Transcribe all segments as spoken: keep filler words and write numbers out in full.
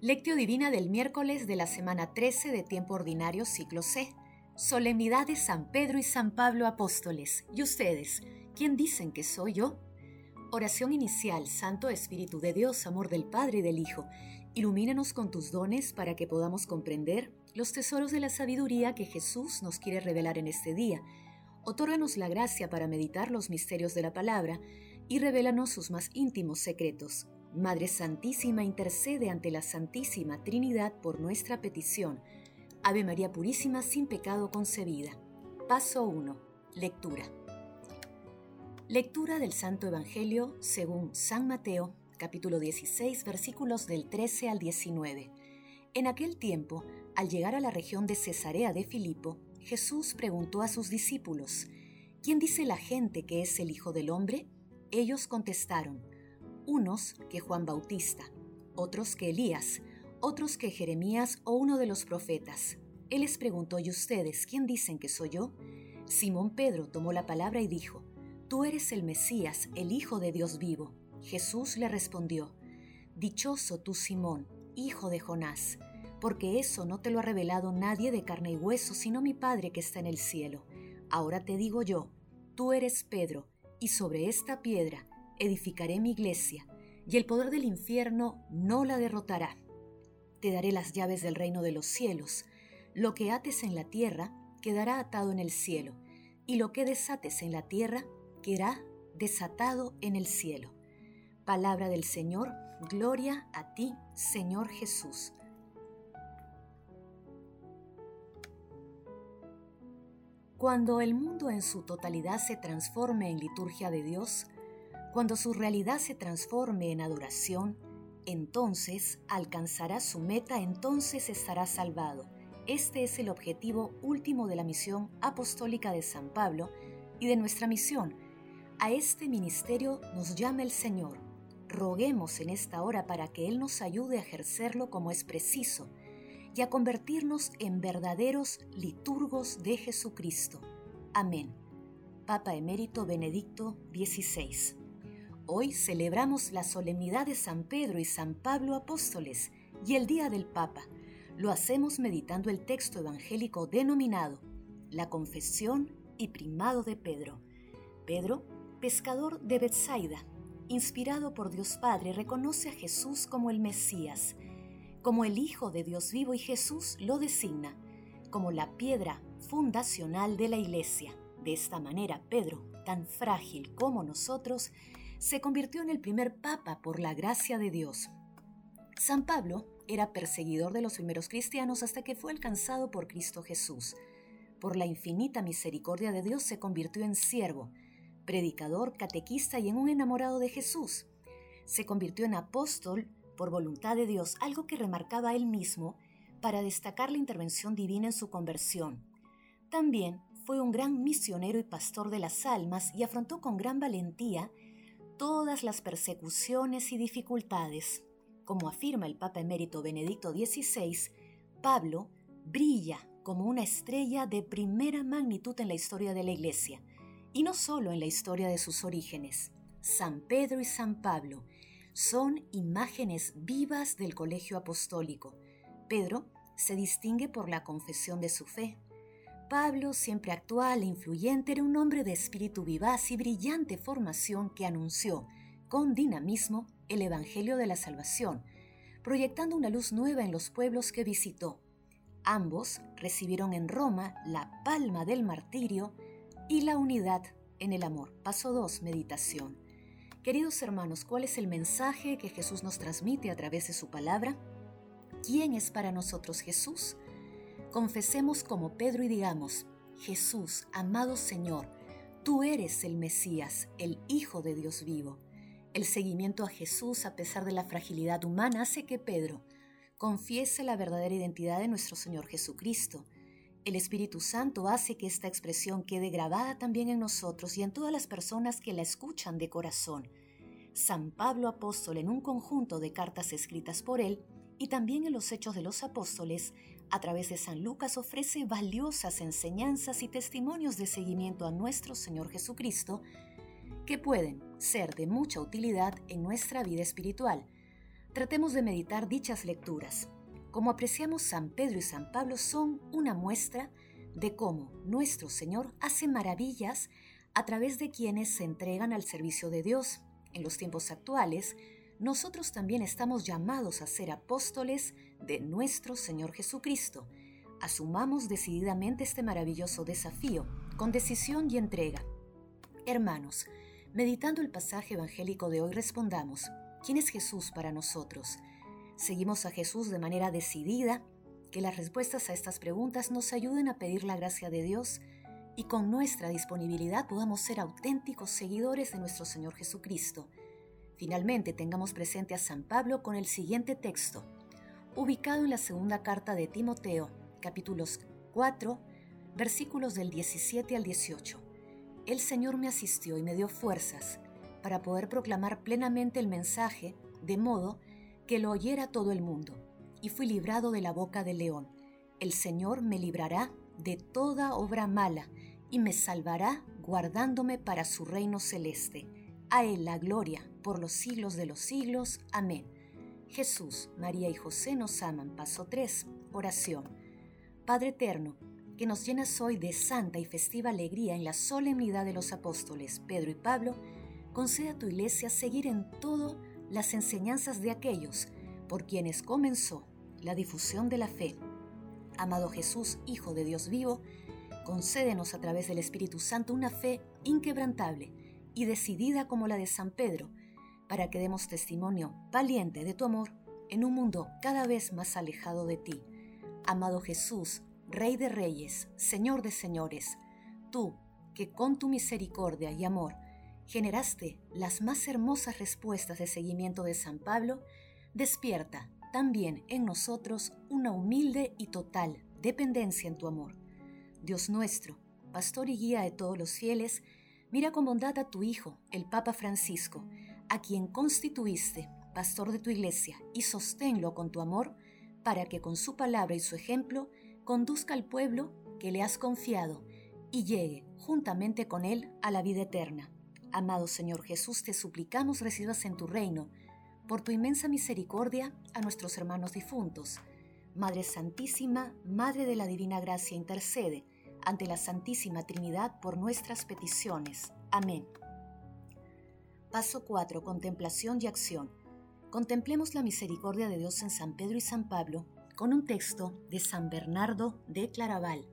Lectio Divina del miércoles de la semana trece de Tiempo Ordinario, ciclo C. Solemnidad de San Pedro y San Pablo Apóstoles. ¿Y ustedes? ¿Quién dicen que soy yo? Oración inicial. Santo Espíritu de Dios, amor del Padre y del Hijo, ilumínanos con tus dones para que podamos comprender los tesoros de la sabiduría que Jesús nos quiere revelar en este día. Otórganos la gracia para meditar los misterios de la palabra y revélanos sus más íntimos secretos. Madre Santísima, intercede ante la Santísima Trinidad por nuestra petición. Ave María Purísima, sin pecado concebida. Paso uno. Lectura. Lectura del Santo Evangelio según San Mateo, capítulo dieciséis, versículos del trece al diecinueve. En aquel tiempo, al llegar a la región de Cesarea de Filipo, Jesús preguntó a sus discípulos: ¿Quién dice la gente que es el Hijo del Hombre? Ellos contestaron: unos que Juan Bautista, otros que Elías, otros que Jeremías o uno de los profetas. Él les preguntó: ¿y ustedes quién dicen que soy yo? Simón Pedro tomó la palabra y dijo: Tú eres el Mesías, el Hijo de Dios vivo. Jesús le respondió: Dichoso tú, Simón, hijo de Jonás, porque eso no te lo ha revelado nadie de carne y hueso, sino mi Padre que está en el cielo. Ahora te digo yo, tú eres Pedro, y sobre esta piedra edificaré mi iglesia, y el poder del infierno no la derrotará. Te daré las llaves del reino de los cielos. Lo que ates en la tierra quedará atado en el cielo, y lo que desates en la tierra quedará desatado en el cielo. Palabra del Señor, gloria a ti, Señor Jesús. Cuando el mundo en su totalidad se transforme en liturgia de Dios, cuando su realidad se transforme en adoración, entonces alcanzará su meta, entonces estará salvado. Este es el objetivo último de la misión apostólica de San Pablo y de nuestra misión. A este ministerio nos llama el Señor. Roguemos en esta hora para que Él nos ayude a ejercerlo como es preciso y a convertirnos en verdaderos liturgos de Jesucristo. Amén. Papa Emérito Benedicto dieciséis. Hoy celebramos la solemnidad de San Pedro y San Pablo Apóstoles y el Día del Papa. Lo hacemos meditando el texto evangélico denominado La Confesión y Primado de Pedro. Pedro, pescador de Betsaida, inspirado por Dios Padre, reconoce a Jesús como el Mesías, como el Hijo de Dios vivo, y Jesús lo designa como la piedra fundacional de la Iglesia. De esta manera, Pedro, tan frágil como nosotros, se convirtió en el primer papa por la gracia de Dios. San Pablo era perseguidor de los primeros cristianos hasta que fue alcanzado por Cristo Jesús. Por la infinita misericordia de Dios se convirtió en siervo, predicador, catequista y en un enamorado de Jesús. Se convirtió en apóstol por voluntad de Dios, algo que remarcaba él mismo para destacar la intervención divina en su conversión. También fue un gran misionero y pastor de las almas y afrontó con gran valentía todas las persecuciones y dificultades. Como afirma el Papa Emérito Benedicto dieciséis, Pablo brilla como una estrella de primera magnitud en la historia de la Iglesia, y no solo en la historia de sus orígenes. San Pedro y San Pablo son imágenes vivas del colegio apostólico. Pedro se distingue por la confesión de su fe. Pablo, siempre actual e influyente, era un hombre de espíritu vivaz y brillante formación que anunció con dinamismo el Evangelio de la Salvación, proyectando una luz nueva en los pueblos que visitó. Ambos recibieron en Roma la palma del martirio y la unidad en el amor. Paso dos. Meditación. Queridos hermanos, ¿cuál es el mensaje que Jesús nos transmite a través de su palabra? ¿Quién es para nosotros Jesús? Confesemos como Pedro y digamos: Jesús, amado Señor, tú eres el Mesías, el Hijo de Dios vivo. El seguimiento a Jesús, a pesar de la fragilidad humana, hace que Pedro confiese la verdadera identidad de nuestro Señor Jesucristo. El Espíritu Santo hace que esta expresión quede grabada también en nosotros y en todas las personas que la escuchan de corazón. San Pablo Apóstol, en un conjunto de cartas escritas por él, y también en los Hechos de los Apóstoles, a través de San Lucas, ofrece valiosas enseñanzas y testimonios de seguimiento a nuestro Señor Jesucristo que pueden ser de mucha utilidad en nuestra vida espiritual. Tratemos de meditar dichas lecturas. Como apreciamos, San Pedro y San Pablo son una muestra de cómo nuestro Señor hace maravillas a través de quienes se entregan al servicio de Dios. En los tiempos actuales, nosotros también estamos llamados a ser apóstoles de nuestro Señor Jesucristo. Asumamos decididamente este maravilloso desafío, con decisión y entrega. Hermanos, meditando el pasaje evangélico de hoy, respondamos: ¿quién es Jesús para nosotros? ¿Seguimos a Jesús de manera decidida? Que las respuestas a estas preguntas nos ayuden a pedir la gracia de Dios y con nuestra disponibilidad podamos ser auténticos seguidores de nuestro Señor Jesucristo. Finalmente, tengamos presente a San Pablo con el siguiente texto, ubicado en la segunda carta de Timoteo, capítulos cuatro, versículos del diecisiete al dieciocho. El Señor me asistió y me dio fuerzas para poder proclamar plenamente el mensaje, de modo que lo oyera todo el mundo, y fui librado de la boca del león. El Señor me librará de toda obra mala y me salvará guardándome para su reino celeste. A Él la gloria por los siglos de los siglos. Amén. Jesús, María y José nos aman. Paso tres. Oración. Padre eterno, que nos llenas hoy de santa y festiva alegría en la solemnidad de los apóstoles Pedro y Pablo, concede a tu Iglesia seguir en todo las enseñanzas de aquellos por quienes comenzó la difusión de la fe. Amado Jesús, Hijo de Dios vivo, concédenos a través del Espíritu Santo una fe inquebrantable y decidida como la de San Pedro, para que demos testimonio valiente de tu amor en un mundo cada vez más alejado de ti. Amado Jesús, Rey de Reyes, Señor de Señores, tú que con tu misericordia y amor generaste las más hermosas respuestas de seguimiento de San Pablo, despierta también en nosotros una humilde y total dependencia en tu amor. Dios nuestro, pastor y guía de todos los fieles, mira con bondad a tu Hijo, el Papa Francisco, a quien constituiste pastor de tu Iglesia, y sosténlo con tu amor, para que con su palabra y su ejemplo conduzca al pueblo que le has confiado y llegue juntamente con él a la vida eterna. Amado Señor Jesús, te suplicamos recibas en tu reino, por tu inmensa misericordia, a nuestros hermanos difuntos. Madre Santísima, Madre de la Divina Gracia, intercede ante la Santísima Trinidad por nuestras peticiones. Amén. Paso cuatro. Contemplación y acción. Contemplemos la misericordia de Dios en San Pedro y San Pablo con un texto de San Bernardo de Claraval.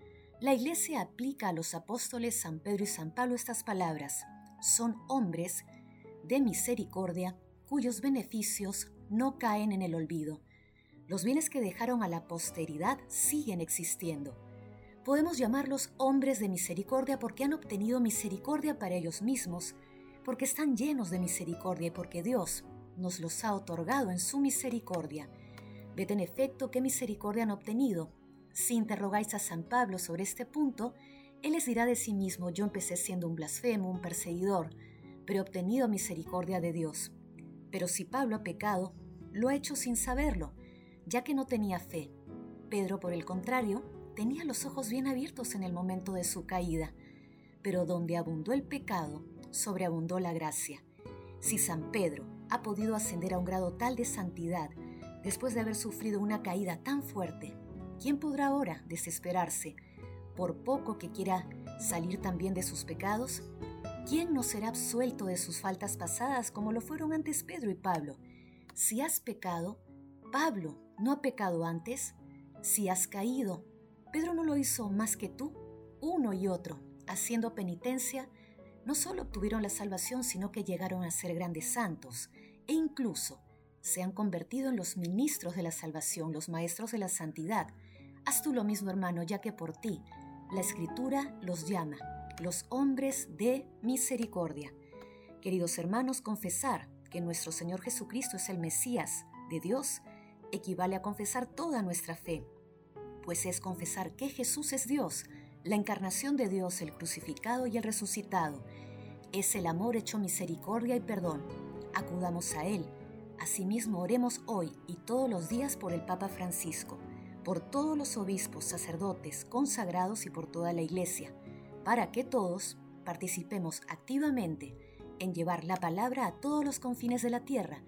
La Iglesia aplica a los apóstoles San Pedro y San Pablo estas palabras: son hombres de misericordia cuyos beneficios no caen en el olvido. Los bienes que dejaron a la posteridad siguen existiendo. Podemos llamarlos hombres de misericordia porque han obtenido misericordia para ellos mismos, porque están llenos de misericordia y porque Dios nos los ha otorgado en su misericordia. Ved en efecto qué misericordia han obtenido. Si interrogáis a San Pablo sobre este punto, él les dirá de sí mismo: yo empecé siendo un blasfemo, un perseguidor, pero he obtenido misericordia de Dios. Pero si Pablo ha pecado, lo ha hecho sin saberlo, ya que no tenía fe. Pedro, por el contrario, tenía los ojos bien abiertos en el momento de su caída, pero donde abundó el pecado, sobreabundó la gracia. Si San Pedro ha podido ascender a un grado tal de santidad después de haber sufrido una caída tan fuerte, ¿quién podrá ahora desesperarse, por poco que quiera salir también de sus pecados? ¿Quién no será absuelto de sus faltas pasadas como lo fueron antes Pedro y Pablo? Si has pecado, Pablo no ha pecado antes. Si has caído, Pedro no lo hizo más que tú. Uno y otro, haciendo penitencia, no solo obtuvieron la salvación, sino que llegaron a ser grandes santos e incluso se han convertido en los ministros de la salvación, los maestros de la santidad. Haz tú lo mismo, hermano, ya que por ti la Escritura los llama los hombres de misericordia. Queridos hermanos, confesar que nuestro Señor Jesucristo es el Mesías de Dios equivale a confesar toda nuestra fe, pues es confesar que Jesús es Dios, la encarnación de Dios, el crucificado y el resucitado. Es el amor hecho misericordia y perdón. Acudamos a Él. Asimismo, oremos hoy y todos los días por el Papa Francisco, por todos los obispos, sacerdotes, consagrados y por toda la Iglesia, para que todos participemos activamente en llevar la palabra a todos los confines de la tierra,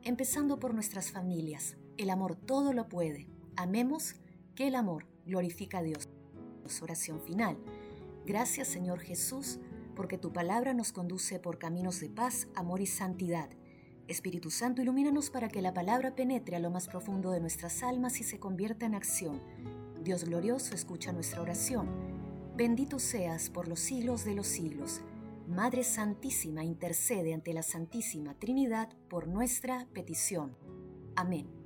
empezando por nuestras familias. El amor todo lo puede. Amemos, que el amor glorifica a Dios. Oración final. Gracias, Señor Jesús, porque tu palabra nos conduce por caminos de paz, amor y santidad. Espíritu Santo, ilumínanos para que la palabra penetre a lo más profundo de nuestras almas y se convierta en acción. Dios glorioso, escucha nuestra oración. Bendito seas por los siglos de los siglos. Madre Santísima, intercede ante la Santísima Trinidad por nuestra petición. Amén.